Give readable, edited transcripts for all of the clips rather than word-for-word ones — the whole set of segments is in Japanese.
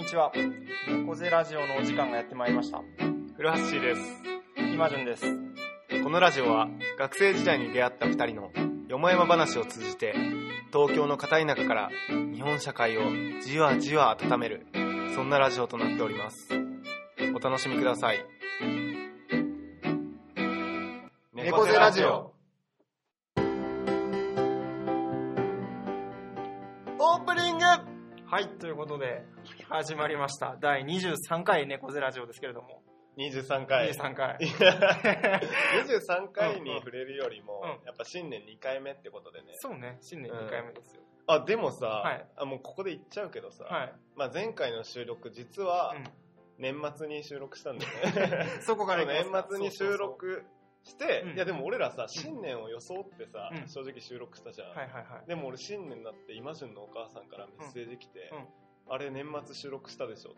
ちは。猫背ラジオのお時間がやってまいりました。 古橋です。 今順です。 このラジオは学生時代に出会った2人のよもやま話を通じて東京の片田舎から日本社会をじわじわ温める、そんなラジオとなっております。お楽しみください。 猫背ラジオ。オープニング。はい、ということで始まりました第23回猫背ラジオですけれども、 23回 23回 23回に触れるよりも、やっぱ新年2回目ってことでね。 そうね、新年2回目ですよ。 あ、でもさ、 はい、 もうここで言っちゃうけどさ、 はい、 まあ、前回の収録実は年末に収録したんだよねそこから年末に収録して、 うん、 いやでも俺らさ、新年を装ってさ、正直収録したじゃん、 はいはいはい、 でも俺新年になって今順のお母さんからメッセージ来て、あれ年末収録したでしょって。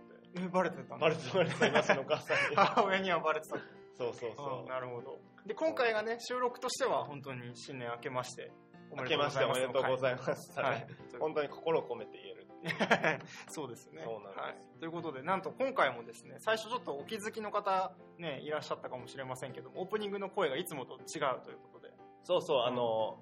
バレてたの？ バレてた今順のお母さんに母親にはバレてた。 そうそうそう、 なるほど。で今回がね、収録としては本当に新年明けましておめでとうございます。 はい、本当に心を込めて言えるそうですね。 そうなんです、 はい、ということで、なんと今回もですね、最初ちょっとお気づきの方、ね、いらっしゃったかもしれませんけども、オープニングの声がいつもと違うということで。 そうそう、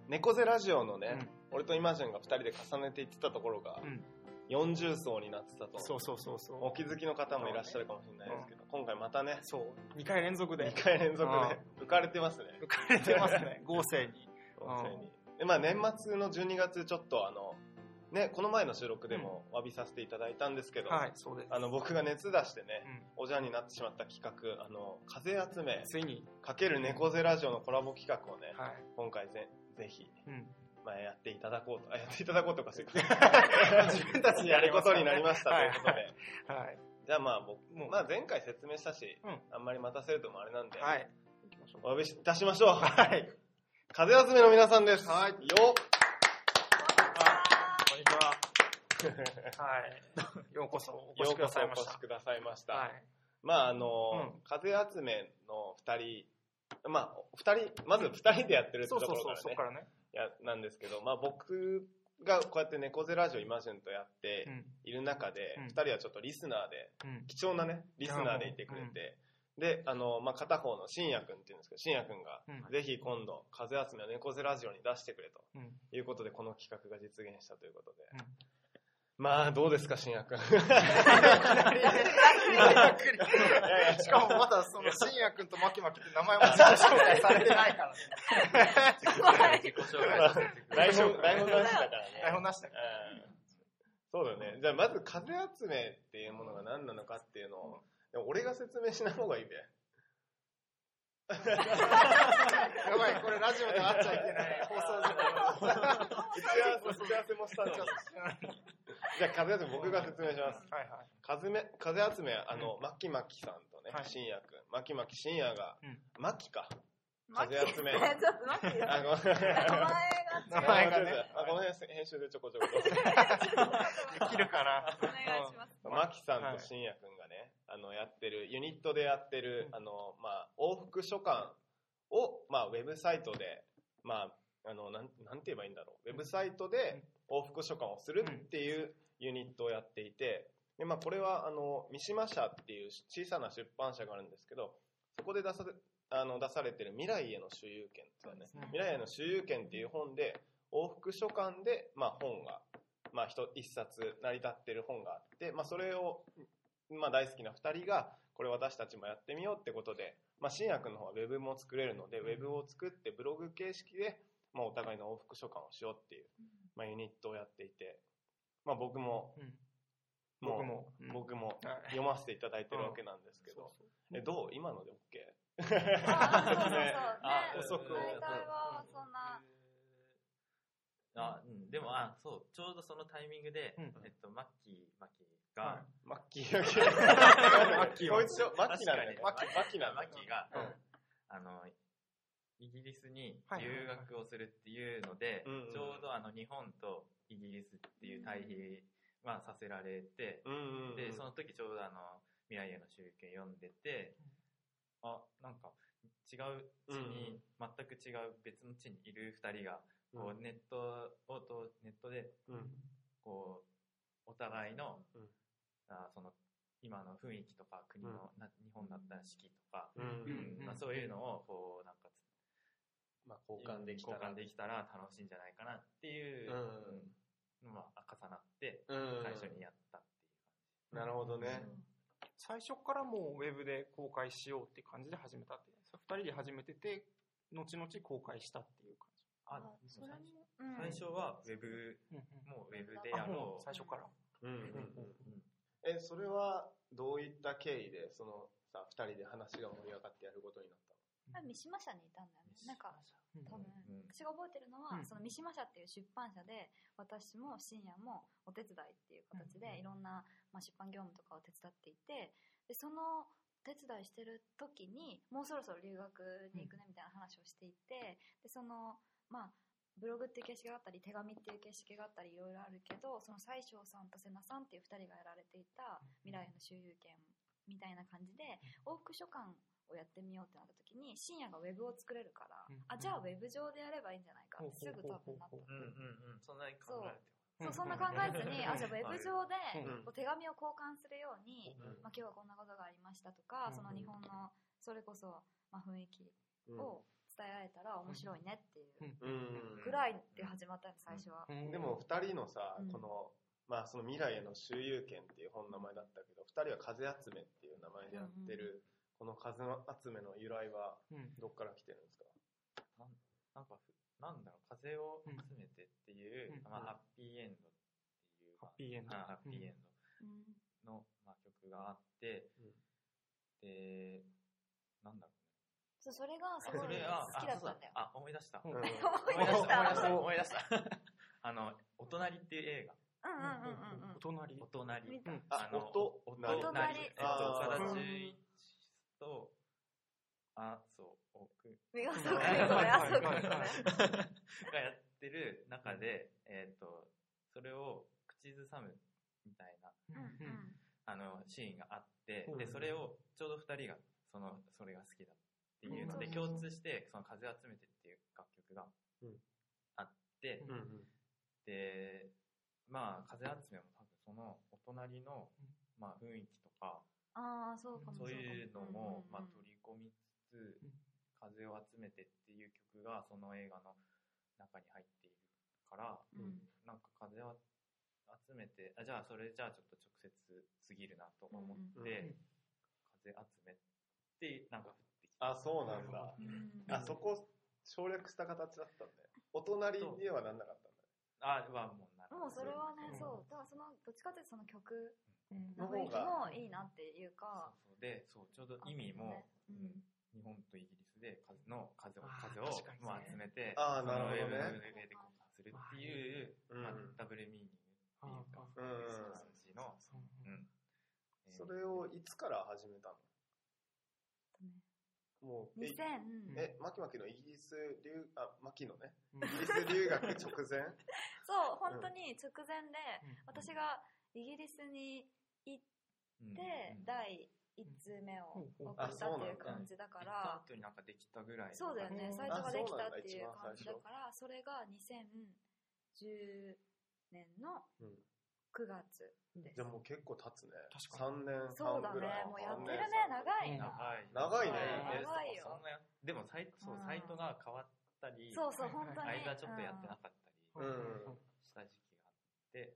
猫背ラジオのね、俺とイマジンが2人で重ねていってたところが、40層になってたと。 そうお気づきの方もいらっしゃるかもしれないですけど、今回またね、 そう2回連続で浮かれてますね。 浮かれてますね。豪勢に。 で、まあ年末の12月ちょっとね、この前の収録でも詫びさせていただいたんですけど、 はい、そうです。 僕が熱出してね、おじゃんになってしまった企画、風集めついにかける猫背ラジオのコラボ企画をね、 はい、 今回ぜひ、まあ、やっていただこうとかして自分たちでやることになりましたということで、はい、じゃあまあまあ、前回説明したし、あんまり待たせるともあれなんで、はい、お呼びいたしましょう。はい、風集めの皆さんです。はい、よっ。 こんにちは。はい。ようこそお越しくださいました。 ようこそお越しくださいました。 はい。 まあ風集めの2人、まず2人でやってるってところからね、なんですけど、まあ僕がこうやって猫背ラジオイマジンとやっている中で、2人はちょっとリスナーで、貴重なね、リスナーでいてくれて、で、まあ片方の信也くんっていうんですけど、信也くんが、ぜひ今度、風集めの猫背ラジオに出してくれということで、この企画が実現したということで。まあ、どうですか、信也くん。しかもまだその信也くんとマキマキって名前も自己紹介されてないからね。 自己紹介されて台本なしだからね。 台本なしだから。 そうだね。じゃあまず風集めっていうものが何なのかっていうのを、でも俺が説明しない方がいいべ。 やばい、これラジオで会っちゃいけない放送事故。 打ち合わせもしたのに。じゃあ風集め僕が説明します。 はいはい。 風集めはマキマキさんとね、信也くん、マキマキ信也が、マキか。風集め。 ちょっと待ってよ。 名前がね。 この辺編集でちょこちょこ。できるかな。 お願いします。 マキさんと信也くんがね、やってる、ユニットでやってる、まあ、往復書簡を、まあ、ウェブサイトで、まあ、なんて言えばいいんだろう。ウェブサイトで往復書簡をするっていうユニットをやっていて、で、まあ、これは、三島社っていう小さな出版社があるんですけど、そこで出されてる未来への周遊券ってね、未来への周遊券っていう本で、往復書簡で、まあ、本が、まあ、一冊成り立ってる本があって、まあ、それを、まあ、大好きな2人がこれ私たちもやってみようってことで、まあ、信也くんの方はウェブも作れるので、ウェブを作ってブログ形式で、まあ、お互いの往復書簡をしようっていう、まあ、ユニットをやっていて、まあ、僕も読ませていただいてるわけなんですけど、どう今ので OK？ 説明補足を。 そんなでもそうちょうどそのタイミングでマッキーがイギリスに留学をするっていうので、ちょうど日本とイギリスっていう対比させられて、でその時ちょうど未来への周遊券読んでて、なんか違う地に、全く違う別の地にいる2人がこうネットでこうお互いのその今の雰囲気とか国の、日本だったら四季とか、 まあ、 そういうのをこうなんか、 交換できたら楽しいんじゃないかなっていうのが重なって最初にやったっていう感じ。 なるほどね。 最初からもうウェブで公開しようって感じで始めたっていう。2人で始めてて後々公開したっていう感じ。 それも、 最初はウェブ、もうウェブでやろう。 最初から。 それはどういった経緯でそのさ2人で話が盛り上がってやることになったの？ 三島社にいたんだよね。なんか多分、私が覚えてるのは、その三島社っていう出版社で私も深夜もお手伝いっていう形でいろんな、出版業務とかを手伝っていて、でその手伝いしてる時にもうそろそろ留学に行くねみたいな話をしていて、でそのブログっていう形式があったり手紙っていう形式があったりいろいろあるけど、その西條さんと瀬名さんっていう2人がやられていた未来の周遊券みたいな感じで往復書簡をやってみようってなった時に、深夜がウェブを作れるから、じゃあウェブ上でやればいいんじゃないかってすぐ多分なった。 そんなに考えてそう、そんな考えずに、じゃあウェブ上で手紙を交換するように、今日はこんなことがありましたとか、その日本のそれこそ雰囲気を伝えられたら面白いねっていうぐらいで始まったの最初は。 でも2人のさ、このその未来への周遊券っていう本の名前だったけど、2人は風集めっていう名前でやってる、この風集めの由来はどっから来てるんですか？ なんだろう、風を集めてっていう、ハッピーエンドっていう、ハッピーエンドの、曲があって、で、なんだろうね。 それがすごい好きだったんだよ。 思い出した。 思い出した。 お隣っていう映画。 お隣。 お隣。 岡田准一と、 がやってる中で、それを口ずさむみたいな、シーンがあって、で、それをちょうど2人がそれが好きだっていうので、共通して、その風集めてっていう楽曲があって、で、風集めも多分そのお隣の、雰囲気とか、そういうのも、取り込みつつ、風を集めてっていう曲がその映画の中に入っているから、なんか風を集めて、じゃあちょっと直接すぎるなと思って、風集めってなんか降ってきた。 そうなんだ。そこ省略した形だったんだよ。お隣にはなんなかったんだ。 もうそれはね、そう。だからどっちかというとその曲の雰囲気もいいなっていうか。 で、ちょうど意味も、日本とイギリスで風を集めて、 なるほどね。 ウェブで交換するっていう、ダブルミーニングっていうか、そういう感じの。 それをいつから始めたの？もうマキのイギリスマキのね、イギリス留学直前そう、本当に直前で、私がイギリスに行って、第1通目を送ったっていう感じだから、 行った後になんかできたぐらい。 そうだよね、サイトができたっていう感じだから、それが2010年の9月です。 じゃあもう結構経つね。3年半そうだね、もうやってるね、長いな。 長いね。 長いよ。 でもサイトが変わったり、 そうそう、本当に。 間ちょっとやってなかったりした時期があって、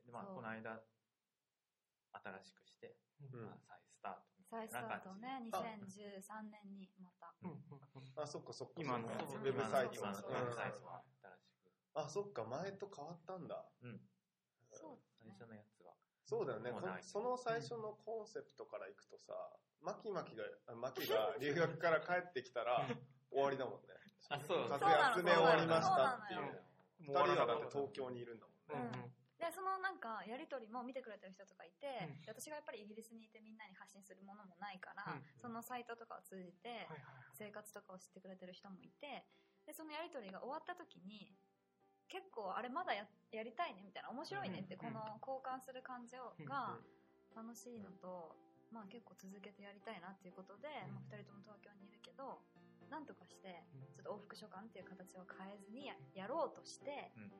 この間新しくして、再スタート。 再スタートね、2013年にまた。 そっか。 今のウェブサイトは新しく。 そっか、前と変わったんだ。 そう。 最初のやつは。 そうだよね。その最初のコンセプトからいくとさ、マキが留学から帰ってきたら終わりだもんね。 そう。 風集め終わりましたっていう。2人がだって東京にいるんだもんね。 で、なんかやりとりも見てくれてる人とかいて、私がやっぱりイギリスにいてみんなに発信するものもないから、そのサイトとかを通じて生活とかを知ってくれてる人もいて、でそのやりとりが終わった時に結構あれまだ やりたいねみたいな、面白いねって、この交換する感じが楽しいのと、結構続けてやりたいなっていうことで、2人とも東京にいるけどなんとかしてちょっと往復書簡っていう形を変えずに やろうとして、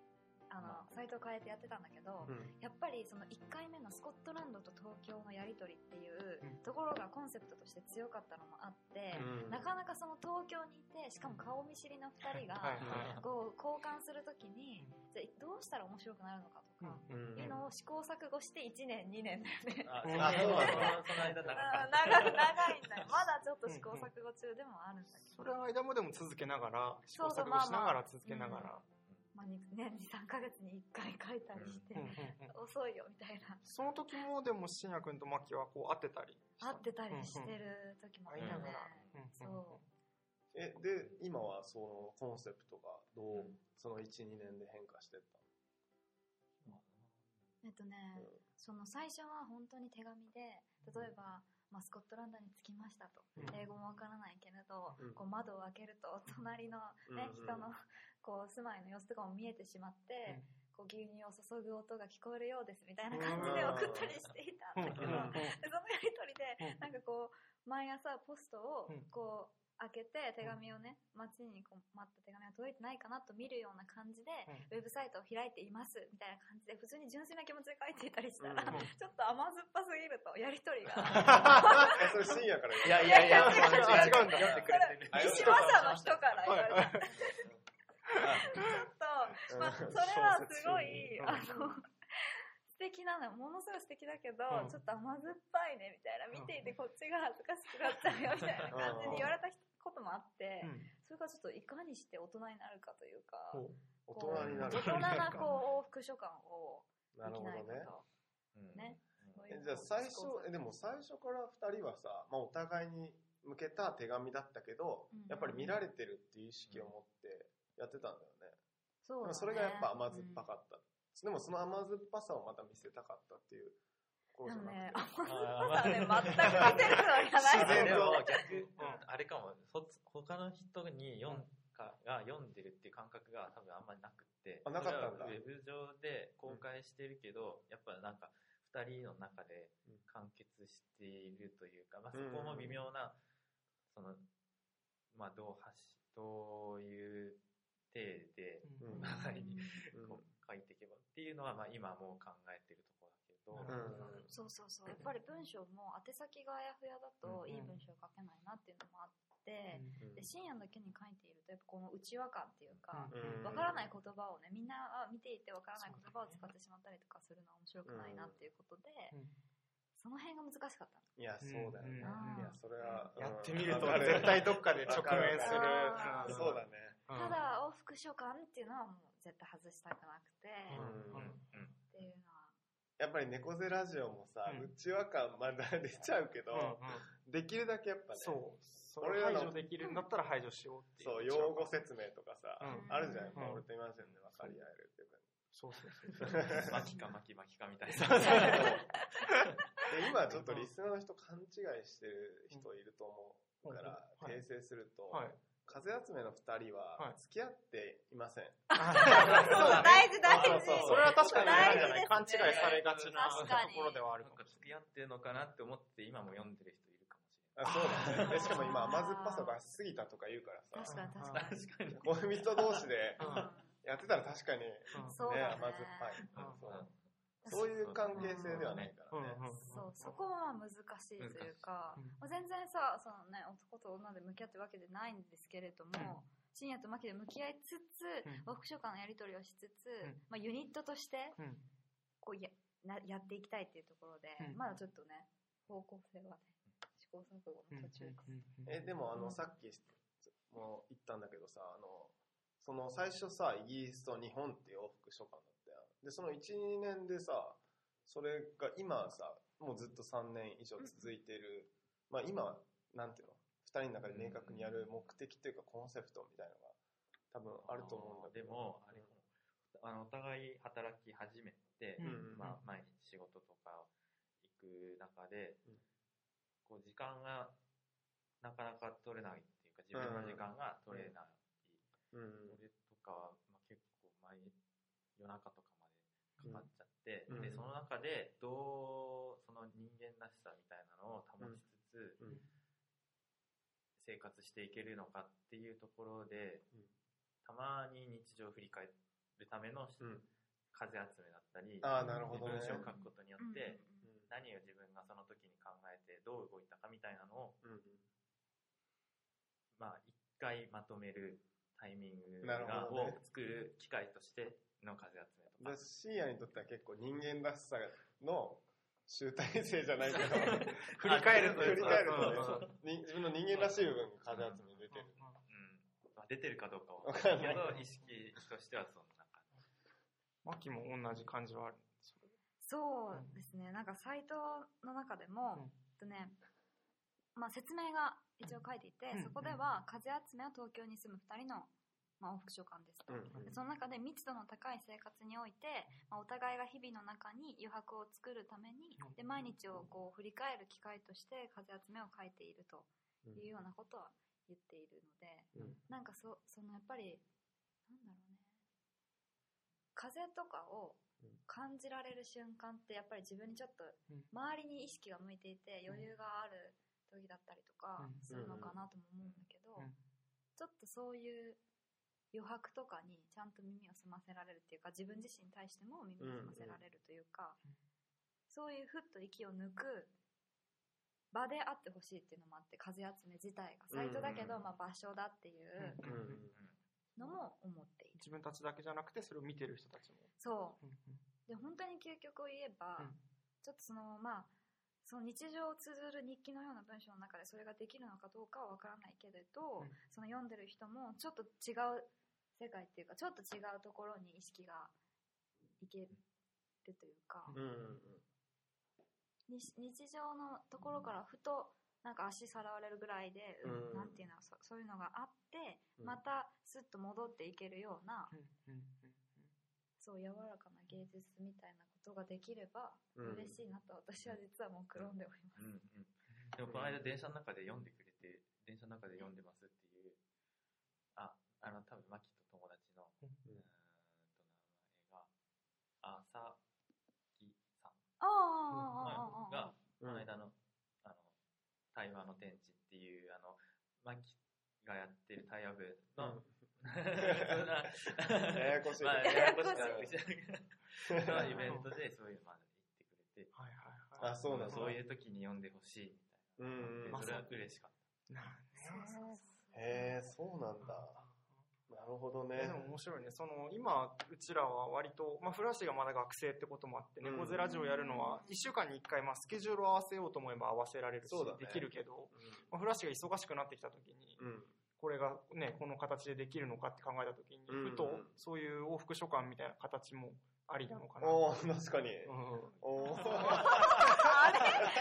サイトを変えてやってたんだけど、やっぱりその1回目のスコットランドと東京のやり取りっていうところがコンセプトとして強かったのもあって、なかなかその東京にいて、しかも顔見知りの2人がこう交換するときに、じゃあどうしたら面白くなるのかとかいうのを試行錯誤して1年2年だよね。 その間長いんだよ。まだちょっと試行錯誤中でもあるんだけど。 それは間もでも続けながら、試行錯誤しながら続けながら。 年に3ヶ月に1回書いたりして、遅いよみたいな。 その時もでも信也君とマキはこう会ってたりしてる時もあったね。 で今はそのコンセプトがどうその 1,2 年で変化してったの？ その最初は本当に手紙で、例えばスコットランドに着きましたと、英語もわからないけれど、こう窓を開けると隣の、人のこう住まいの様子とかも見えてしまって、こう牛乳を注ぐ音が聞こえるようですみたいな感じで送ったりしていたんだけど、そのやり取りでなんかこう毎朝ポストをこう開けて手紙をね、街にこう待った手紙が届いてないかなと見るような感じで、ウェブサイトを開いていますみたいな感じで普通に純粋な気持ちで書いていたりしたら、ちょっと甘酸っぱすぎるとやり取りがそれ深夜からいや違うんだ。 読んでくれてる。石間社の人から言われた。ちょっと、それはすごい素敵なの、ものすごい素敵だけど、ちょっと甘酸っぱいねみたいな、見ていてこっちが恥ずかしくなっちゃうよみたいな感じに言われたこともあって、それからちょっといかにして大人になるかというか、 大人になる、 大人なこう往復書簡をできないかと。ね。 じゃあ最初でも最初から2人はさ、お互いに向けた手紙だったけど、やっぱり見られてるっていう意識を持ってやってたんだよね。 そうだね。 それがやっぱ甘酸っぱかった。でもその甘酸っぱさをまた見せたかったっていうころじゃなくて。 甘酸っぱさはね、全く見せるつもりがない。 でも逆、あれかも、他の人に読んでるっていう感覚が多分あんまりなくって。 なかったんだ。 ウェブ上で公開してるけど、やっぱなんか二人の中で完結しているというか、そこも微妙な、その、どういう体でお互いにこう書いていけばっていうのは今もう考えてるところだけど、 そうやっぱり文章も宛先があやふやだといい文章書けないなっていうのもあって、で深夜だけに書いているとやっぱこの内輪感っていうか、わからない言葉をね、みんな見ていてわからない言葉を使ってしまったりとかするのは面白くないなっていうことで、その辺が難しかった。 いや、そうだよね。いや、それはやってみると絶対どっかで直面する。 そうだね。 ただ往復書簡っていうのはもう絶対外したくなくて、っていうのはやっぱり猫背ラジオもさ、内輪感まだ出ちゃうけど、できるだけやっぱね、 それ排除できるんだったら排除しようっていう。 そう、用語説明とかさ、あるじゃん。俺と今までで分かり合えるっていうか。 そう巻きか巻きかみたいな。 で今ちょっとリスナーの人勘違いしてる人いると思うから、訂正すると、風集めの2人は付き合っていません。 大事。 それは確かにあるじゃない、勘違いされがちなところではあるかもしれない。 付き合ってるのかなって思って今も読んでる人いるかもしれない。 そうだね。しかも今甘酸っぱさがしすぎたとか言うからさ。 確かに。 恋人同士でやってたら確かにね、甘酸っぱい。そういう関係性ではないからね。 そこは難しいというか、全然さ、そのね、男と女で向き合ってるわけでないんですけれども、深夜とマキで向き合いつつ、往復書簡のやり取りをしつつ、ユニットとしてこうやっていきたいっていうところで、まだちょっとね、方向性はね、試行錯誤の途中です。 でもさっきも言ったんだけどさ、その最初さ、イギリスと日本っていう往復書簡だったよ。でその 1,2 年でさ、それが今さもうずっと3年以上続いてる、今なんていうの、2人の中で明確にやる目的っていうかコンセプトみたいなのが多分あると思うんだけど。 でもお互い働き始めて、毎日仕事とか行く中で、こう時間がなかなか取れないっていうか、自分の時間が取れない。俺とかは、結構夜中とかかかっちゃって、でその中でその人間らしさみたいなのを保ちつつ、生活していけるのかっていうところで、たまに日常を振り返るための風集めだったり、 なるほどね、 文章を書くことによって、何を自分がその時に考えてどう動いたかみたいなのを、まあ一回まとめるタイミングを作る機会としての風集めとか。 深夜にとっては結構人間らしさの集大成じゃないけど振り返るとね、自分の人間らしい部分が風集めに出てる。 出てるかどうかわからないけど、意識としてはそんな感じ。 マキも同じ感じはあるんですか？ そうですね。なんかサイトの中でも、まあ説明が一応書いていて、そこでは風集めは東京に住む2人の往復書簡ですと。その中で密度の高い生活において、お互いが日々の中に余白を作るために、で毎日をこう振り返る機会として風集めを書いているというようなことは言っているので、なんかそのやっぱりなんだろうね、風とかを感じられる瞬間ってやっぱり自分にちょっと周りに意識が向いていて余裕がある時だったりとかするのかなとも思うんだけど、ちょっとそういう余白とかにちゃんと耳を澄ませられるっていうか、自分自身に対しても耳を澄ませられるというか、そういうふっと息を抜く場であってほしいっていうのもあって、風集め自体がサイトだけど、まあ場所だっていうのも思っている。 自分たちだけじゃなくてそれを見てる人たちも。 そうで、本当に究極を言えば、ちょっとそのまあその日常を綴る日記のような文章の中でそれができるのかどうかは分からないけれど、その読んでる人もちょっと違う世界っていうか、ちょっと違うところに意識がいけるというか、日常のところからふとなんか足さらわれるぐらいで、なんていうの、そういうのがあって、またスッと戻っていけるような、そう柔らかな芸術みたいなことができれば嬉しいなと私は実は目論んでおります。 でもこの間電車の中で読んでくれて、電車の中で読んでますっていう、多分マキと友達の名前が朝木さんがこの間の対話の天地っていうマキがやってる対話部のややこしいイベントでそういうのまで言ってくれて、そういう時に読んでほしいみたいな、それは嬉しかった。 へえ、そうなんだ。なるほどね。 でも面白いね。今うちらは割と、古橋がまだ学生ってこともあって、猫背ラジオやるのは1週間に1回、スケジュールを合わせようと思えば合わせられるし、できるけど、古橋が忙しくなってきた時に、これがね、この形でできるのかって考えた時に、ふとそういう往復書簡みたいな形もありなのかな。 確かに。 あれ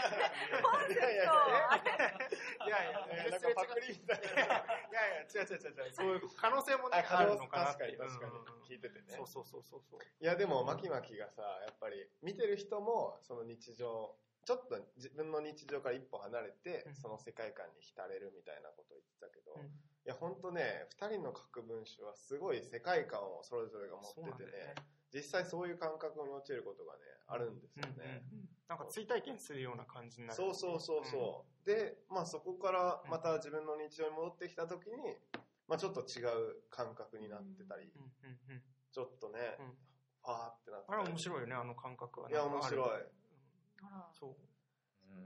いやなんかパクリみたいな。いや違う。そういう可能性もね、あるのかなって。 確かに。聞いててね。 そう。 いやでも、マキがさ、やっぱり見てる人も、その日常、ちょっと自分の日常から一歩離れて、その世界観に浸れるみたいなことを言ってたけど、いや本当ね、2人の書く文章はすごい世界観をそれぞれが持っててね、実際そういう感覚に陥ることがね、あるんですよね。 なんか追体験するような感じになる。 そう。で、そこからまた自分の日常に戻ってきた時に、ちょっと違う感覚になってたり、ちょっとね、ファーってなってたり。 あれ面白いよね、あの感覚は。 いや、面白い。 そう。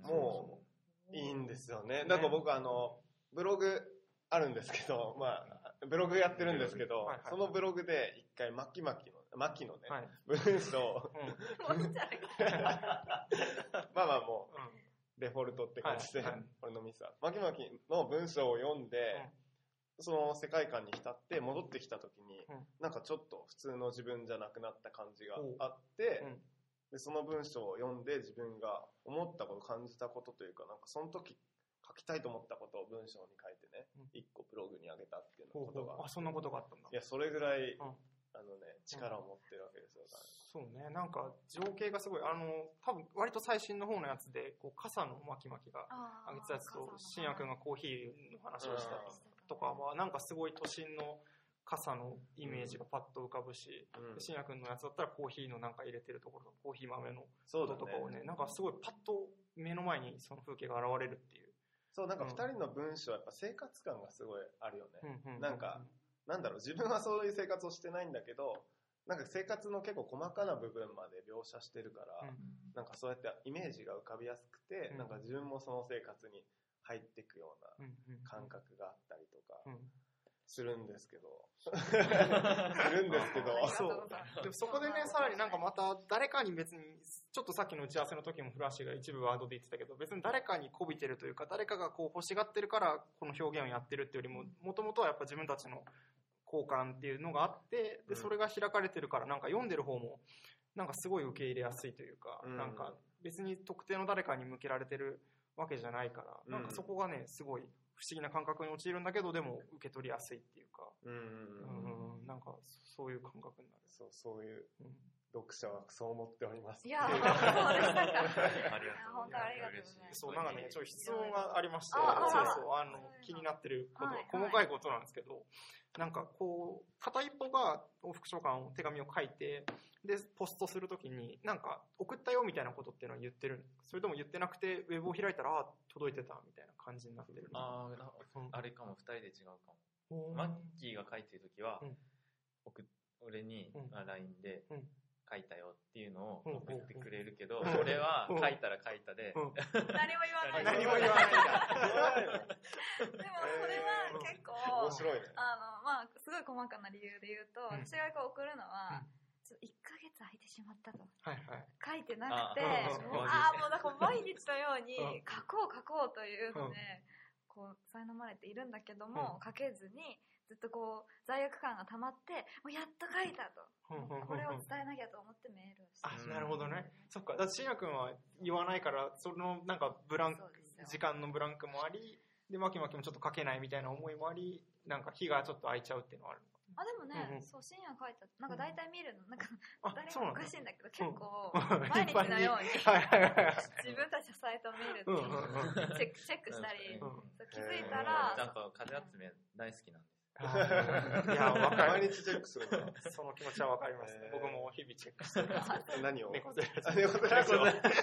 もう、いいんですよね。だから僕ブログあるんですけど、ブログやってるんですけど、そのブログで一回マキのね、文章を、もう、デフォルトって感じで、俺のミスは。マキの文章を読んで、その世界観に浸って戻ってきた時に、なんかちょっと普通の自分じゃなくなった感じがあって、でその文章を読んで自分が思ったこと、感じたことというか、なんかその時書きたいと思ったことを文章に書いてね、一個ブログに上げたっていうことが。 そんなことがあったんだ。 いや、それぐらい、力を持ってるわけですよ。 そうね、なんか情景がすごい、多分割と最新の方のやつで、傘の巻きが上げてたやつと、信也くんがコーヒーの話をしたりとかは、なんかすごい都心の傘のイメージがパッと浮かぶし、信也くんのやつだったらコーヒーのなんか入れてるところ、コーヒー豆のこととかをね、なんかすごいパッと目の前にその風景が現れるっていう。 そう、なんか2人の文章はやっぱ生活感がすごいあるよね。なんか、なんだろう、自分はそういう生活をしてないんだけど、 なんか生活の結構細かな部分まで描写してるから、なんかそうやってイメージが浮かびやすくて、なんか自分もその生活に入っていくような感覚があったりとかするんですけどそうでもそこでね、さらになんかまた誰かに別にちょっとさっきの打ち合わせの時もフラッシュが一部ワードで言ってたけど、別に誰かに媚びてるというか、誰かがこう欲しがってるからこの表現をやってるっていうよりも、もともとはやっぱ自分たちの好感っていうのがあって、でそれが開かれてるから、なんか読んでる方もなんかすごい受け入れやすいというか、なんか別に特定の誰かに向けられてるわけじゃないから、なんかそこがねすごい不思議な感覚に陥るんだけど、でも受け取りやすいっていうか、なんかそういう感覚になる。 そういう、読者はそう思っております。 いや、そうでしたか。本当ありがとうございます。 そう、なんかね、ちょっと質問がありまして、気になってること、細かいことなんですけど、なんかこう片一方が往復書簡を手紙を書いて、でポストするときになんか送ったよみたいなことっていうのは言ってる、それとも言ってなくてウェブを開いたら届いてたみたいな感じになってる。 あれかも、2人で違うかも。マッキーが書いてるときは、俺に LINE で書いたよっていうのを送ってくれるけど、俺は書いたら書いたで何も言わない。 何も言わないんだ。 でもそれは結構面白いね。 まあすごい細かな理由で言うと、私がこう送るのは、1ヶ月空いてしまったと、書いてなくて、もうだから毎日のように書こうというのでこう苛まれているんだけども、書けずにずっとこう罪悪感が溜まって、もうやっと書いたと、これを伝えなきゃと思ってメールをして。 なるほどね。そっか。だって信也君は言わないから、そのなんか時間のブランクもあり、でマキマキもちょっと書けないみたいな思いもあり、なんか日がちょっと空いちゃうっていうのはあるのか。 でもね、そう深夜書いた、なんか大体見るの、なんか誰もおかしいんだけど、結構毎日のように自分たちのサイトを見るっていうチェックしたり、気づいたらちゃんと風集め大好きなんです。 いや、わかる。 毎日チェックするから。 その気持ちはわかります。僕も日々チェックしてる。 何を？ 猫背ラジオ。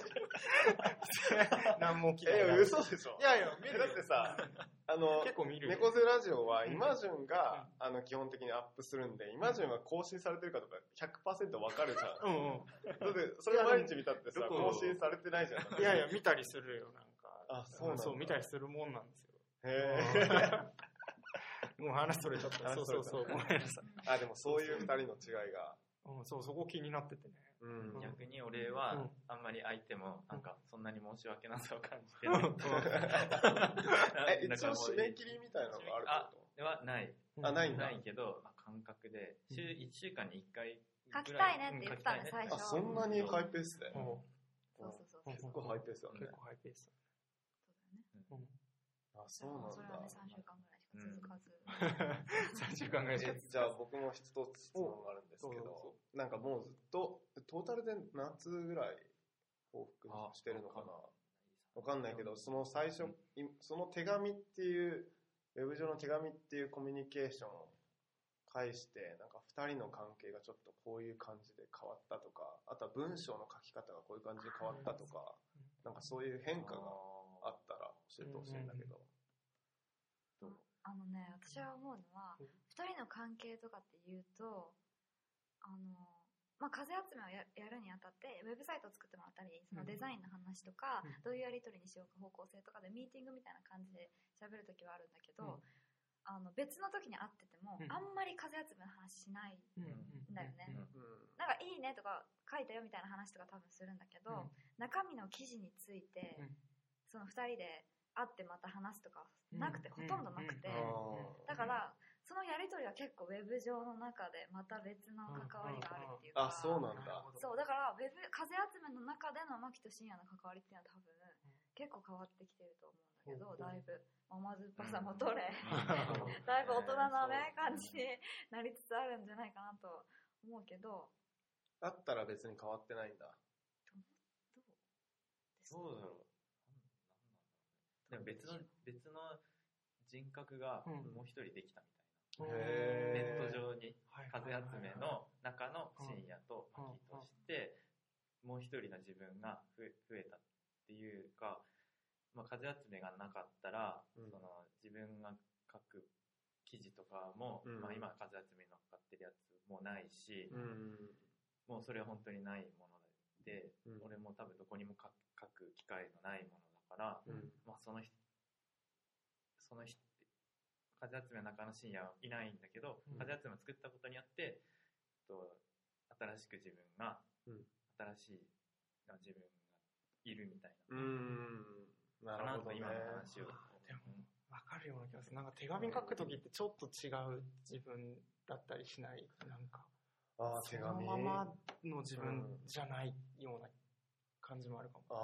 何も起きない。 嘘でしょ？ いやいや、見る。 だってさ、 結構見る。 猫背ラジオはイマジュンが基本的にアップするんで、イマジュンは更新されてるかとか 100% わかるじゃん。だってそれ毎日見たってさ、更新されてないじゃん。 いやいや、見たりするよ、なんか。 そうなんだ。 そう、見たりするもんなんですよ。 へー。 もう話それちゃった。そう。ごめんなさい。 でもそういう二人の違いが。 そこ気になっててね。 逆に俺はあんまり相手もなんかそんなに申し訳なさを感じてない。 一応締め切りみたいなのがあるってこと？ ではない。 ないんだ。 ないけど感覚で1週間に1回書きたいねって言ってたね、最初。 そんなにハイペースで？ そう。 結構ハイペースだね。 結構ハイペース。 そうだよね。 そうなんだ。 それはね、3週間ぐらいしか続かず。 3週間ぐらいしか続かず。 じゃあ僕も一つ質問があるんですけど、なんかもうずっと、トータルで何通ぐらい報復してるのかな？わかんないけど、その最初、その手紙っていう、ウェブ上の手紙っていうコミュニケーションを介して、なんか2人の関係がちょっとこういう感じで変わったとか、あとは文章の書き方がこういう感じで変わったとか、なんかそういう変化があったら教えてほしいんだけど。 私は思うのは、2人の関係とかっていうと、風集めをやるにあたってウェブサイトを作ってもらったり、そのデザインの話とか、どういうやり取りにしようか方向性とかでミーティングみたいな感じで喋るときはあるんだけど、別の時に会ってても、あんまり風集めの話しないんだよね。なんかいいねとか書いたよみたいな話とか多分するんだけど、中身の記事についてその2人で会ってまた話すとかなくて、ほとんどなくて、だからそのやり取りは結構ウェブ上の中でまた別の関わりがあるっていうか、 そうなんだ。 そうだから風集めの中でのマキと深夜の関わりっていうのは多分結構変わってきてると思うんだけど、だいぶ甘酸っぱさも取れだいぶ大人のね感じになりつつあるんじゃないかなと思うけど、 だったら別に変わってないんだ。 どうだろう。でも別の人格がもう一人できたみたいな。ネット上に風集めの中の深夜とマキとしてもう一人の自分が増えたっていうか、風集めがなかったら、その自分が書く記事とかも、まあ、今数集めに乗っかってるやつもないし、もうそれは本当にないもので、俺も多分どこにも書く機会のないものだから、まあ、その風集めの中の深夜はいないんだけど、風集めを作ったことによって、新しく自分が、新しい自分がいるみたいな。 なるほどね。 今の話を。 でも分かるような気がする。なんか手紙書くときってちょっと違う自分だったりしない？なんかそのままの自分じゃないような感じもあるかも。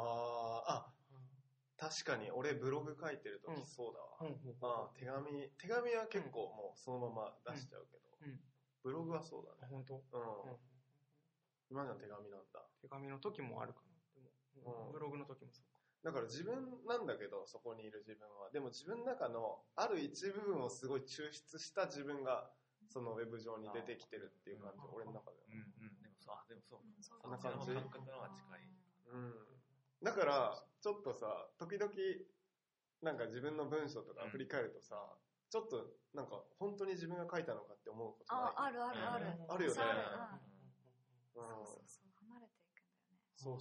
確かに俺ブログ書いてるときそうだわ。手紙は結構もうそのまま出しちゃうけど、ブログはそうだね。 本当？ 今の手紙なんだ。 手紙の時もあるかな。でも、ブログの時もそうか。 だから自分なんだけど、そこにいる自分は。でも自分の中のある一部分をすごい抽出した自分が、そのウェブ上に出てきてるっていう感じ、俺の中では。 でもそう。 そんな感じ。 感覚の方が近い。 だから、ちょっとさ、時々、なんか自分の文章とか振り返るとさ、ちょっとなんか本当に自分が書いたのかって思うことない？ ある。 あるよね。 離れていくんだよね。 そう。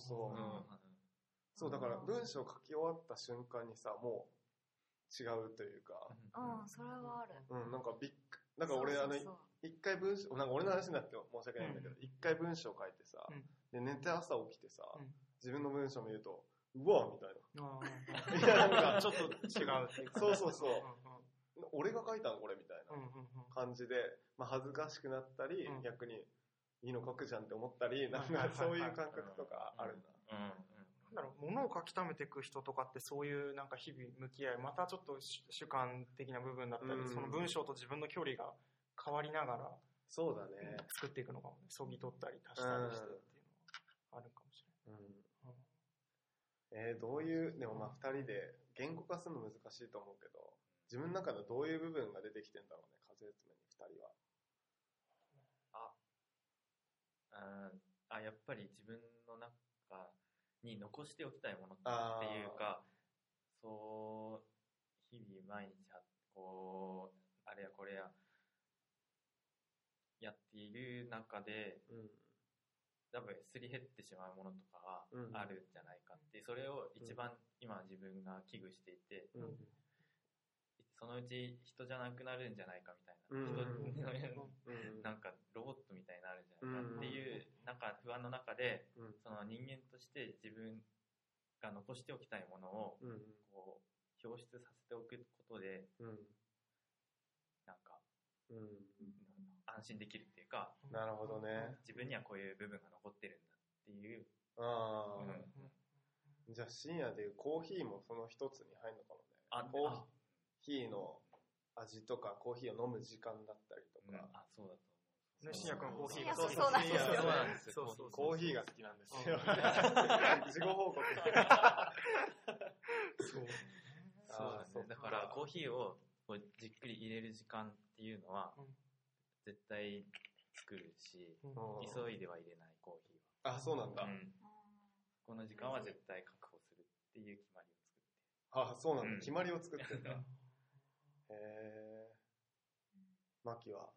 だから文章書き終わった瞬間にさ、もう違うというか。 それはある。 なんか俺一回文章、なんか俺の話になって申し訳ないんだけど、一回文章書いてさ、で寝て朝起きてさ、自分の文章見ると、うわみたいな。 なんかちょっと違うっていうか。 そう。俺が書いたのこれみたいな感じで、まあ恥ずかしくなったり、逆にいいの書くじゃんって思ったり、なんかそういう感覚とかあるな。 物を書き溜めていく人とかってそういうなんか日々向き合い、またちょっと主観的な部分だったり、その文章と自分の距離が変わりながらそうだね、 作っていくのかもね。そぎ取ったり足したりしてっていうのはあるかもしれない。 どういう、でもまあ2人で言語化するの難しいと思うけど、自分の中のどういう部分が出てきてんだろうね、風集めに2人は。 やっぱり自分の中に残しておきたいものっていうか、そう日々毎日こうあれやこれややっている中で、多分すり減ってしまうものとかがあるんじゃないかって、それを一番今自分が危惧していて、そのうち人じゃなくなるんじゃないかみたいな、なんかロボットみたいになるんじゃないかっていうなんか不安の中で、その人間として自分が残しておきたいものをこう表出させておくことで、なんか安心できるっていうか、 なるほどね、 自分にはこういう部分が残ってるんだっていう。 じゃあ深夜でいうコーヒーもその一つに入るのかもね。コーヒーの味とかコーヒーを飲む時間だったりとか。 そうだと思う。深夜君コーヒーが好き。そうなんですよ。コーヒーが好きなんですよ。自己報告。 だからコーヒーをじっくり入れる時間っていうのは絶対作るし、急いでは入れないコーヒーは。 そうなんだ。 この時間は絶対確保するっていう決まりを作って。 そうなんだ。決まりを作ってんだ。マキは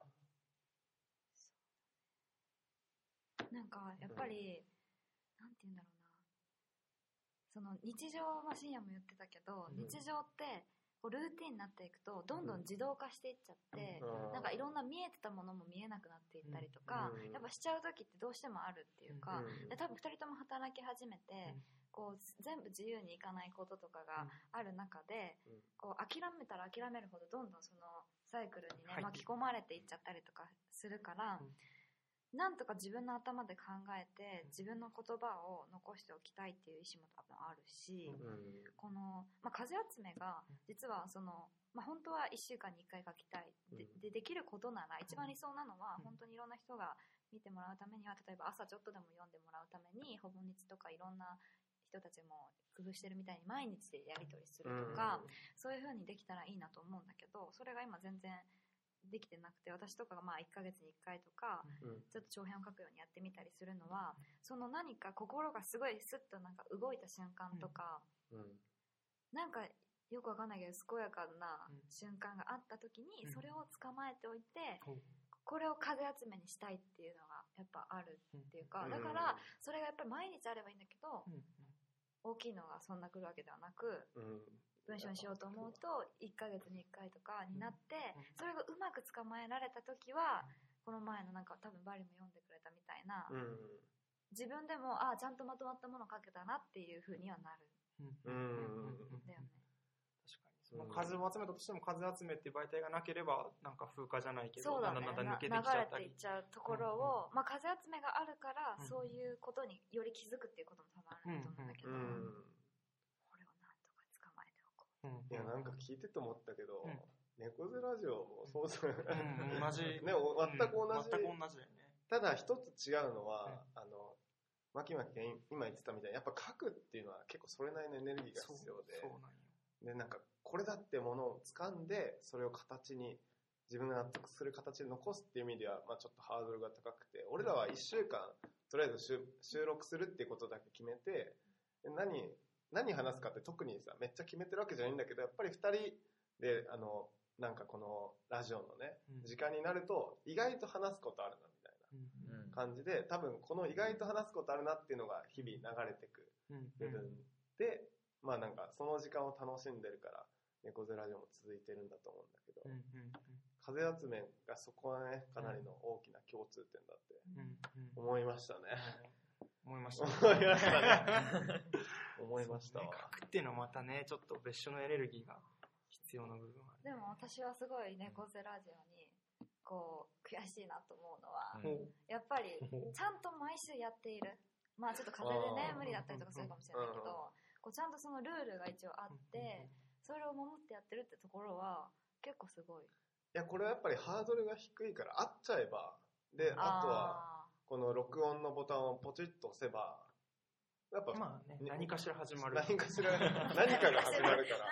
なんかやっぱり、なんて言うんだろうな、その日常は深夜も言ってたけど、日常ってこうルーティンになっていくとどんどん自動化していっちゃって、なんかいろんな見えてたものも見えなくなっていったりとか、やっぱしちゃう時ってどうしてもあるっていうか、で多分2人とも働き始めて、こう全部自由にいかないこととかがある中で、こう諦めたら諦めるほどどんどんそのサイクルにね、巻き込まれていっちゃったりとかするから、なんとか自分の頭で考えて自分の言葉を残しておきたいっていう意思も多分あるし、この、風集めが実はその、本当は1週間に1回書きたい できることなら、一番理想なのは本当にいろんな人が見てもらうためには、例えば朝ちょっとでも読んでもらうためにほぼ日とかいろんな人たちも工夫してるみたいに毎日でやり取りするとか、そういう風にできたらいいなと思うんだけど、それが今全然できてなくて、私とかが1ヶ月に1回とか、ちょっと長編を書くようにやってみたりするのは、その何か心がすごいスッとなんか動いた瞬間とか、なんかよくわかんないけど健やかな瞬間があった時にそれを捕まえておいて、これを風集めにしたいっていうのがやっぱあるっていうか、だからそれがやっぱり毎日あればいいんだけど、大きいのがそんな来るわけではなく、文章にしようと思うと1ヶ月に1回とかになって、それがうまく捕まえられた時は、この前のなんか多分バリも読んでくれたみたいな、自分でもちゃんとまとまったものを書けたなっていう風にはなる。だよね。 数を集めたとしても、数集めっていう媒体がなければなんか風化じゃないけど、 だんだん抜けてきちゃったり、 流れていっちゃうところを、数集めがあるからそういうことにより気づくっていうことも多分あると思うんだけど、これをなんとか捕まえておこう。 いや、なんか聞いてて思ったけど、猫背ラジオもそうですね。 同じ。 ね、全く同じ。 全く同じだよね。 ただ一つ違うのは、マキマキが今言ってたみたいに、やっぱ書くっていうのは結構それなりのエネルギーが必要で、で、なんかこれだってものを掴んで、それを形に、自分が納得する形で残すっていう意味では、ちょっとハードルが高くて、俺らは1週間、とりあえず収録するっていうことだけ決めて、何話すかって特にさ、めっちゃ決めてるわけじゃないんだけど、やっぱり2人で、なんかこのラジオのね、時間になると、意外と話すことあるな、みたいな感じで、多分この意外と話すことあるなっていうのが日々流れてく部分で、なんかその時間を楽しんでるから、猫背ラジオも続いてるんだと思うんだけど、風集めがそこはね、かなりの大きな共通点だって思いましたね。 思いましたね。思いましたわ。 書くっていうのはまたね、ちょっと別種のエネルギーが必要な部分はある。 でも私はすごい猫背ラジオにこう悔しいなと思うのは、やっぱりちゃんと毎週やっている。ちょっと風邪でね無理だったりとかするかもしれないけど、こうちゃんとそのルールが一応あって、それを守ってやってるってところは結構すごい。 いや、これはやっぱりハードルが低いから合っちゃえば、で、あとはこの録音のボタンをポチッと押せば、やっぱ、 何かしら始まる。 何かが始まるから。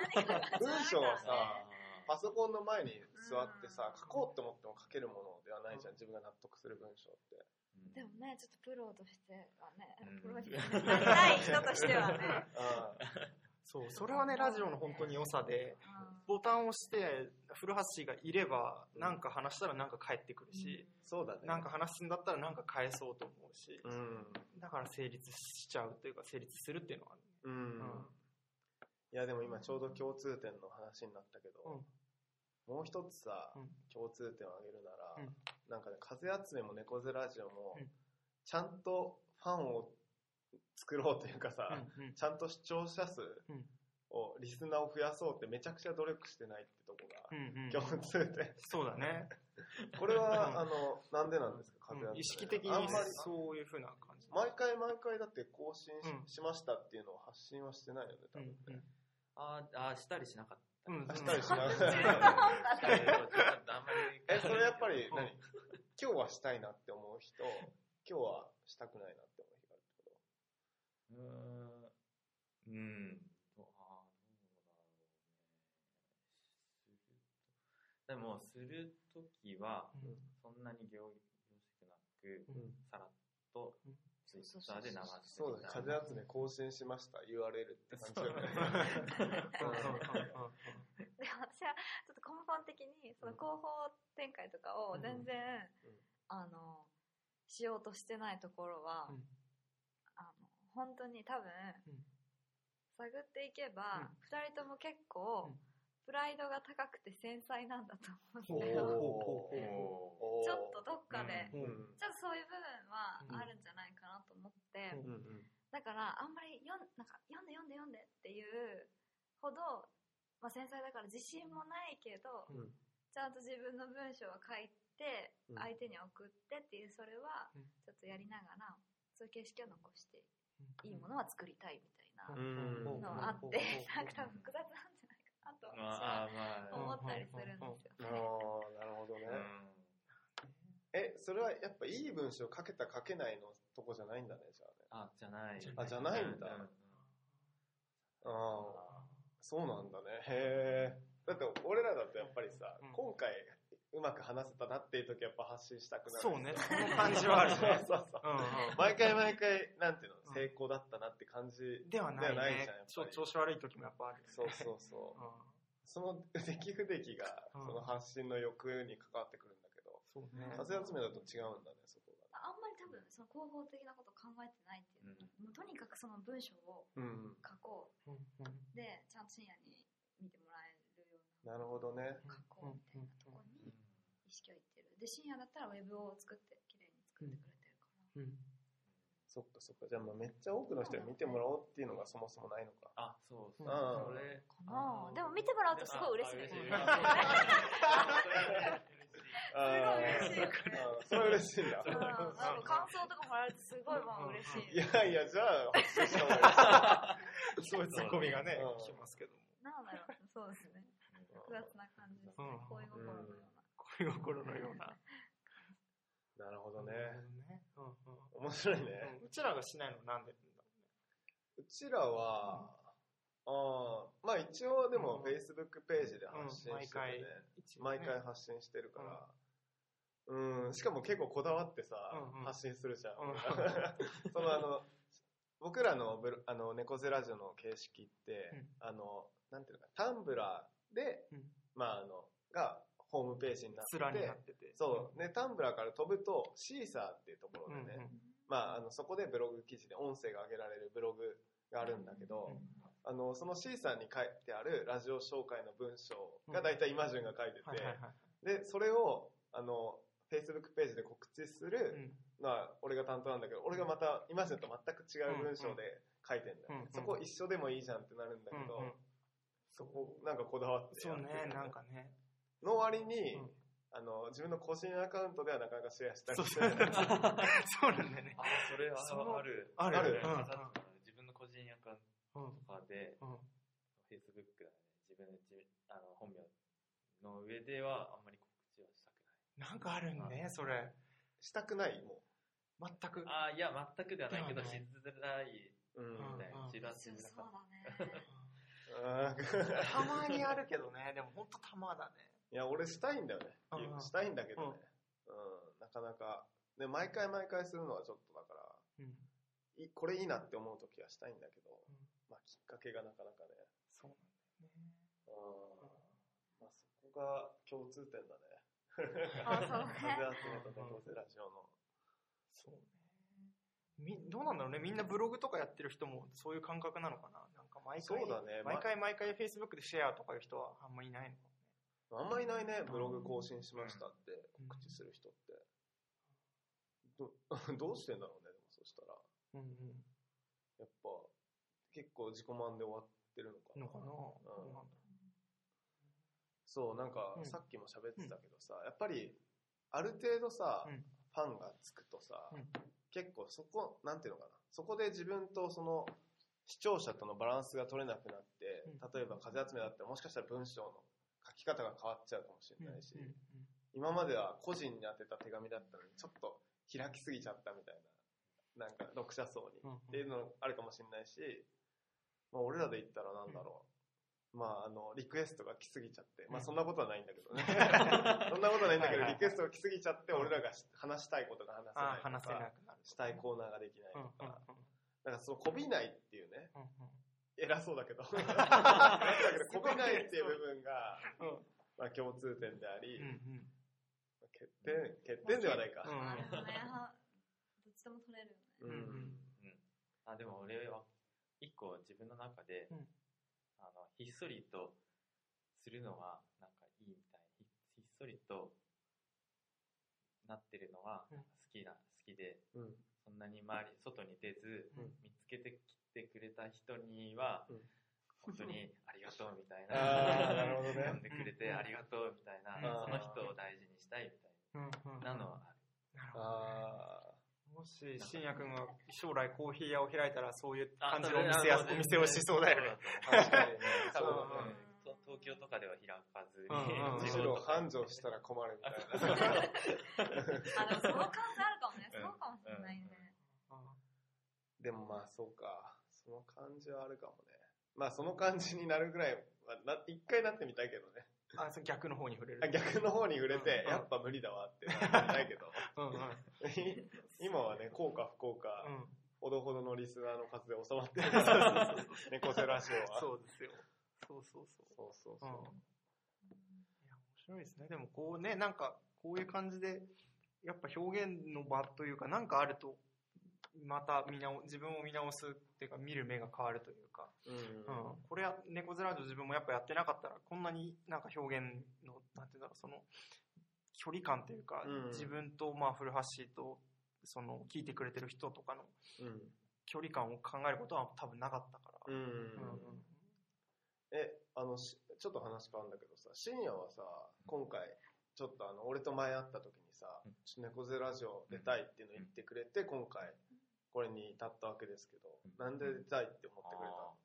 文章はさ、パソコンの前に座ってさ、書こうって思っても書けるものではないじゃん、自分が納得する文章って。 でもね、ちょっとプロとしてはね、プロになりたい人としてはね。 そう、それはね、ラジオの本当に良さで、ボタンを押して、古橋がいれば、なんか話したらなんか返ってくるし、 そうだね。 なんか話すんだったらなんか返そうと思うし、だから成立しちゃうというか、成立するっていうのはある。 いや、でも今ちょうど共通点の話になったけど、もう一つさ、共通点を挙げるなら、なんかね、風集めも猫背ラジオも、ちゃんとファンを作ろうというかさ、ちゃんと視聴者数を、リスナーを増やそうってめちゃくちゃ努力してないってとこが共通点。 そうだね。 これは、なんでなんですか、風集め。 意識的にそういう風な感じ。 毎回だって更新しましたっていうのを発信はしてないよね、多分ね。 したりしなかった。 したりしなかった。それやっぱり何、今日はしたいなって思う人、今日はしたくないなって思う日があるってこと？ どうだろうね。でも、するときは、そんなに凝縮なく、さらっと、ツイッターで流して。 そうだ、風集め更新しました URL って感じだよね。 で、私はちょっと根本的にその広報展開とかを全然、しようとしてないところは、本当に多分、探っていけば、2人とも結構プライドが高くて繊細なんだと思うんだよ。ちょっとどっかで、ちょっとそういう部分はあるんじゃないかなと思って、だからあんまりなんか読んでっていうほど、繊細だから自信もないけど、ちゃんと自分の文章を書いて相手に送ってっていう、それはちょっとやりながらそういう形式を残していいものは作りたいみたいなのがあって、なんか多分複雑なんじゃないかなと思ったりするんですよね。 なるほどね。それはやっぱいい文章書けた書けないのとこじゃないんだね、じゃあね。 じゃない。 じゃないんだ。そうなんだね。へえ。だって俺らだとやっぱりさ、今回うまく話せたなっていう時はやっぱ発信したくなる。 そうね、その感じはあるね。 そうそう。毎回、なんていうの、成功だったなって感じではないね。 じゃん、やっぱり。 調子悪い時もやっぱあるよね。 そう。その出来不出来が、その発信の欲に関わってくるんだけど、風集めだと違うんだね、そこが。 あんまり多分、その広報的なこと考えてないっていうのもうとにかくその文章を書こう。で、ちゃんと深夜に見てもらえるような。 なるほどね。 書こうみたいなところに意識をいってる。で、深夜だったらウェブを作って、綺麗に作ってくれてるから。 そっか。じゃあめっちゃ多くの人に見てもらおうっていうのがそもそもないのか。 あ、そう。それかな。でも見てもらうとすごい嬉しいです。 それ嬉しいんだ。 感想とかもらえるとすごい嬉しい。 いや、じゃあ、 すごいツッコミがね、来ますけども。 なんだろう、そうですね。複雑な感じですね。恋心のような。 恋心のような。 なるほどね。面白いね。 うちらがしないのなんでだろうね。うちらは、まあ一応でも Facebook ページで発信しててね。毎回発信してるから。しかも結構こだわってさ、発信するじゃん。僕らの猫背ラジオの形式って、なんていうのか、タンブラーで、がホームページになってて、そう。で、タンブラーから飛ぶと、シーサーっていうところでね、そこでブログ記事で音声が上げられるブログがあるんだけど、そのシーサーに書いてあるラジオ紹介の文章が大体今順が書いてて、で、それを、Facebook ページで告知するのは俺が担当なんだけど、俺がまた今順と全く違う文章で書いてんだよね。そこ一緒でもいいじゃんってなるんだけど、そこなんかこだわってそうね、なんかね。 の割に、自分の個人アカウントではなかなかシェアしたりして。 そうなんだよね。 それはある。 自分の個人アカウントとかで、Facebook だね、自分の本名の上ではあんまり告知はしたくない。 なんかあるんね、それ。 したくないもう。全く。 いや、全くではないけど、しづらい。みたいな。しづらかった。 たまにあるけどね、でもほんとたまだね。 いや、俺したいんだよね。したいんだけどね。なかなか。で、毎回するのはちょっとだから、これいいなって思うときはしたいんだけど、きっかけがなかなかね。 そうなんだよね。 そこが共通点だね。 そうね。 風集めと猫背ラジオの。 そうね。どうなんだろうね。みんなブログとかやってる人もそういう感覚なのかな。なんか毎回、 そうだね。 毎回 Facebook でシェアとかいう人はあんまりいないのかもね。 あんまりいないね。ブログ更新しましたって告知する人って。どうしてんだろうね、でもそしたら。やっぱ、結構自己満で終わってるのかな。そう、なんか、さっきも喋ってたけどさ、やっぱり、ある程度さ、ファンがつくとさ、結構そこ、なんていうのかな。そこで自分とその、視聴者とのバランスが取れなくなって、例えば風集めだったらもしかしたら文章の書き方が変わっちゃうかもしれないし、今までは個人に宛てた手紙だったのにちょっと開きすぎちゃったみたいな、なんか読者層にっていうのあるかもしれないし、俺らで言ったらなんだろう、リクエストが来すぎちゃって、そんなことはないんだけどね。そんなことはないんだけど、リクエストが来すぎちゃって、俺らが話したいことが話せないとか、したいコーナーができないとか、だからそのこびないっていうね、偉そうだけど、こびないっていう部分が、共通点であり、欠点ではないか。 どっちでも取れるよね。 でも俺は、一個自分の中で、ひっそりとするのがなんかいいみたい。ひっそりとなってるのが好きで、そんなに外に出ず、見つけてきてくれた人には、本当にありがとうみたいな、呼んでくれてありがとうみたいな、その人を大事にしたいみたいなのはある。もし、信也くんが将来コーヒー屋を開いたら、そういう感じのお店をしそうだよね。 確かにね。 東京とかでは開かずに、 むしろ繁盛したら困るみたいな。 でもその感じあるかもね。そうかもしれないね。 でもそうか。その感じはあるかもね。その感じになるぐらいは、一回なってみたいけどね。 その逆の方に触れる。 逆の方に触れて、やっぱ無理だわってないけど。今はね、効果不効果、ほどほどのリスナーの数で収まってるから、猫背ラジオは。 そうですよ。そう。いや、面白いですね。でもこうね、なんか、こういう感じで、やっぱ表現の場というか、なんかあると、また自分を見直すっていうか、見る目が変わるというか、これは猫背ラジオ自分もやっぱやってなかったら、こんなになんか表現の、なんていうんだろう、その、距離感というか、自分と、古橋と、その、聞いてくれてる人とかの、距離感を考えることは多分なかったから。 ちょっと話変わるんだけどさ、深夜はさ、今回、ちょっと俺と前会った時にさ、猫背ラジオ出たいっていうのを言ってくれて、今回、これに至ったわけですけど、なんで出たいって思ってくれたの？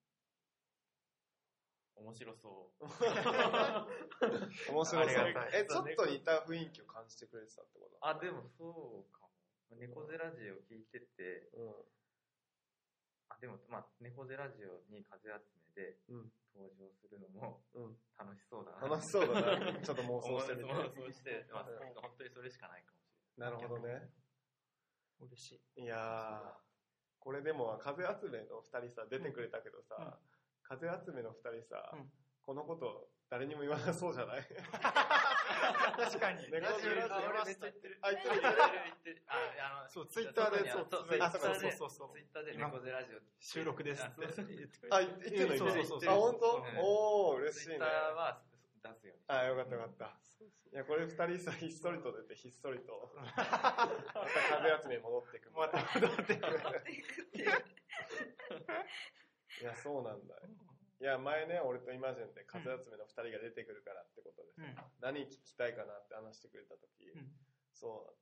面白そう。 面白そう。ちょっと似た雰囲気を感じてくれてたってこと？ でもそうかも。猫背ラジオ聞いてて、でも猫背ラジオに風集めで登場するのも楽しそうだな。 楽しそうだな。ちょっと妄想してみて。 妄想して、本当にそれしかないかもしれない。 なるほどね。 嬉しい。 いやー、これでも風集めの2人さ、出てくれたけどさ、風集めの2人さ、このこと誰にも言わなそうじゃない？ 確かに。 猫背ラジオ俺めっちゃ言ってる。 言ってる。 そう、ツイッターで、 ツイッターで猫背ラジオ収録です。 言ってんの？本当？おー、嬉しいね。 ツイッターは出すように。 よかったよかった。いや、これ2人さ、ひっそりと出て、ひっそりと、また風集めに戻っていく。 また戻っていく。 いや、そうなんだよ。いや、前ね、俺とイマジンで風集めの2人が出てくるからってことでさ、何聞きたいかなって話してくれたとき、そう、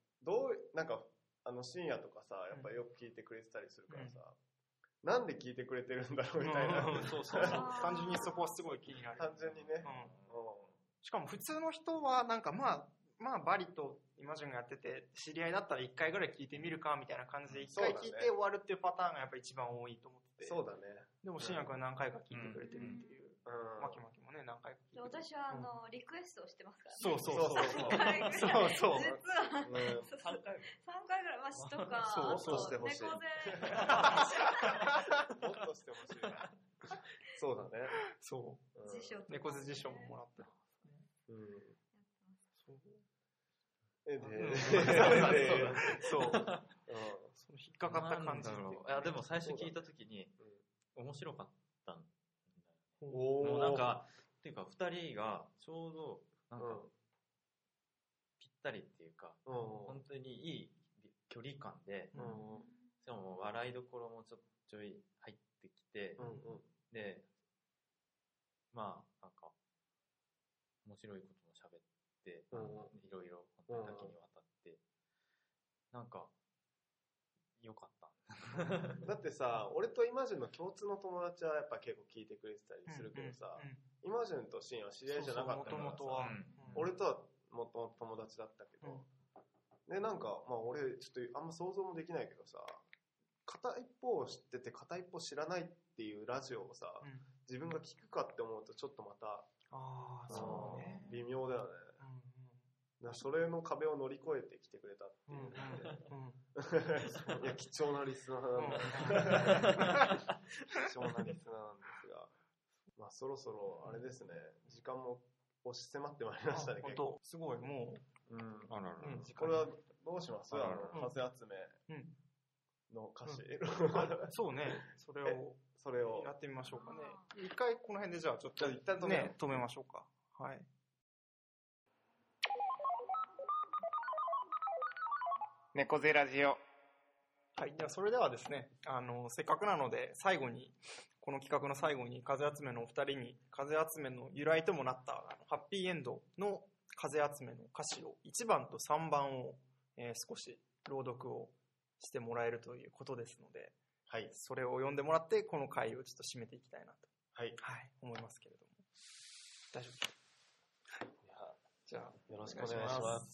なんか、深夜とかさ、やっぱよく聞いてくれてたりするからさ、なんで聞いてくれてるんだろうみたいな。 そう。単純にそこはすごい気になる。 単純にね。 しかも普通の人は、なんかバリとイマジンがやってて、知り合いだったら1回ぐらい聞いてみるかみたいな感じで、1回聞いて終わるっていうパターンがやっぱ一番多いと思ってて。 そうだね。 でも、深夜君は何回か聞いてくれてるっていう。マキマキもね、何回か聞いて私はリクエストをしてますからね。 そう。 3回ぐらい。実は、3回ぐらい、マシとか、 もっとしてほしい。 猫背。 もっとしてほしいな。そうだね。 そう。 辞書。 猫背辞書ももらってますね。そう。そう。その引っかかった感じ。 でも最初聞いたときに、面白かったんだよ。 もうなんか、っていうか2人がちょうど、なんか、ぴったりっていうか、本当にいい距離感で、しかも笑いどころもちょい入ってきて、で、なんか、面白いことも喋って、いろいろ本当に多岐にわたって、なんか、よかった。 だってさ、俺とイマジンの共通の友達はやっぱ結構聞いてくれてたりするけどさ、イマジンとシンは知り合いじゃなかったからさ、俺とはもともと友達だったけど、で、なんか、俺ちょっとあんま想像もできないけどさ、片一方を知ってて片一方知らないっていうラジオをさ、自分が聞くかって思うとちょっとまた、微妙だよね。それの壁を乗り越えてきてくれたっていう。いや、貴重なリスナーなんだ。貴重なリスナーなんですが、そろそろあれですね、時間も押し迫ってまいりましたね、結構。 すごい、もう。 これはどうします？風集めの歌詞。 そうね、それをやってみましょうかね。一回この辺でじゃあちょっと一旦止めましょうか。はい。猫背ラジオ。はい。では、それではですね、せっかくなので、最後に、この企画の最後に、風集めのお二人に、風集めの由来ともなった、ハッピーエンドの風集めの歌詞を、1番と3番を、少し朗読をしてもらえるということですので、 はい。 それを読んでもらって、この回をちょっと締めていきたいなと、 はい。 思いますけれども。大丈夫ですか？はい。 じゃあ、よろしくお願いします。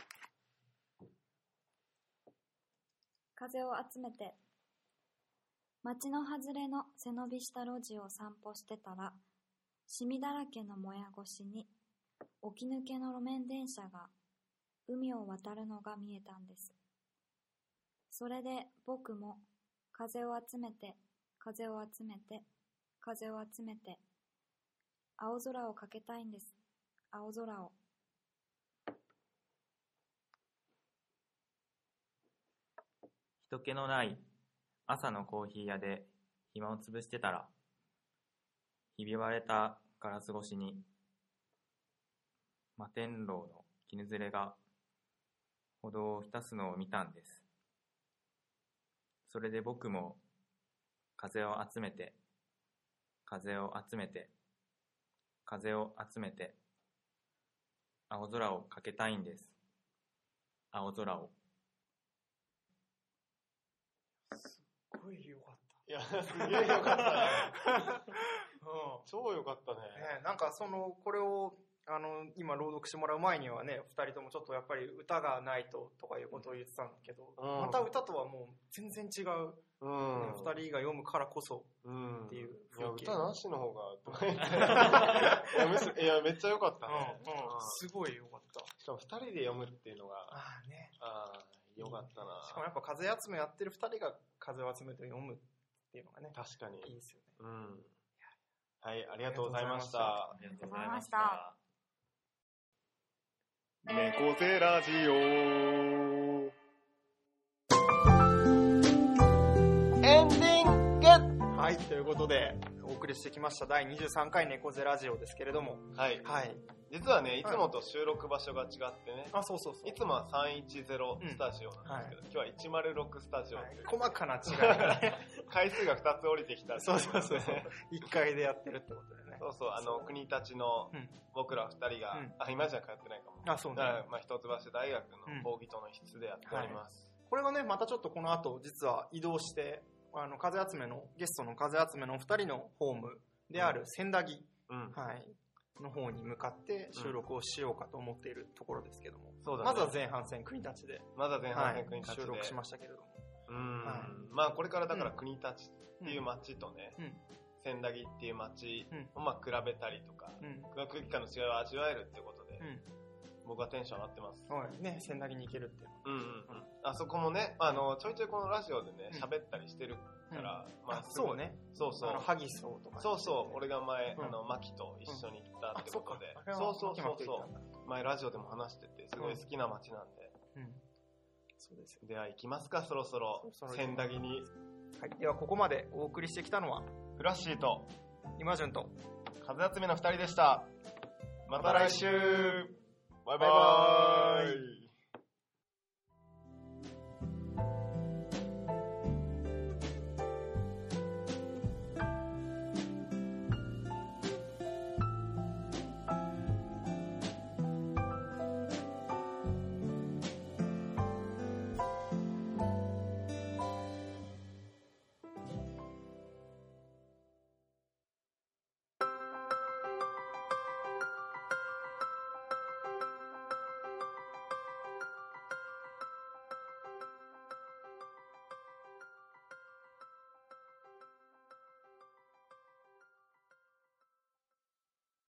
風を集めて。街の外れの背伸びした路地を散歩してたら、 シミだらけのもや越しに起き抜けの路面電車が海を渡るのが見えたんです。それで僕も風を集めて風を集めて風を集めて青空をかけたいんです。青空を。 人気のない朝のコーヒー屋で暇を潰してたら、ひび割れたガラス越しに摩天楼の絹ずれが歩道を浸すのを見たんです。それで僕も風を集めて風を集めて風を集めて青空をかけたいんです。青空を。 すごいよかった。 いや、すげえよかったね。超よかったね。 なんかこれを今朗読してもらう前にはね、2人ともちょっとやっぱり歌がないととかいうことを言ってたんだけど、また歌とはもう全然違う、2人が読むからこそっていう風景。 歌なしの方がとか言っていやめっちゃよかったね。 すごいよかった。 しかも2人で読むっていうのがよかったな。 しかもやっぱ風集めやってる2人が風を集めて読むっていうのがね、 確かにいいですよね。 はい、ありがとうございました。 ありがとうございました。 猫背ラジオエンディング。 はい、ということでお送りしてきました第23回猫背ラジオですけれども、 はい、実はね、いつもと収録場所が違ってね、 そうそうそう、 いつもは310スタジオなんですけど、今日は106スタジオという、 細かな違いがね回数が2つ降りてきた。 そう1回でやってるってことでね。 そうそう、国立の僕ら2人が、今じゃ通ってないかも。 そうね。 一橋大学の講義棟の室でやっております。 これがね、またちょっとこの後実は移動して、風集めのゲストの風集めの2人のホームである千駄木の方に向かって収録をしようかと思っているところですけども、まずは前半戦国立で収録しましたけれども、 まあこれからだから国立っていう街とね、千駄木っていう街を比べたりとか、空気感の違いを味わえるっていうことで、僕はテンション上がってます。 ね、千駄木に行けるっていう。 あそこもね、ちょいちょいこのラジオでね、喋ったりしてるから、 そうね。 そうそう。 ハギソとか。 そうそう。俺が前、マキと一緒に行ったってことで。そう。前ラジオでも話してて、すごい好きな街なんで。 そうですよ。 では行きますか、そろそろ。千駄木に。 はい。ではここまでお送りしてきたのは、 フラッシーと、 今順と、 風集めの2人でした。また来週。バイバーイ。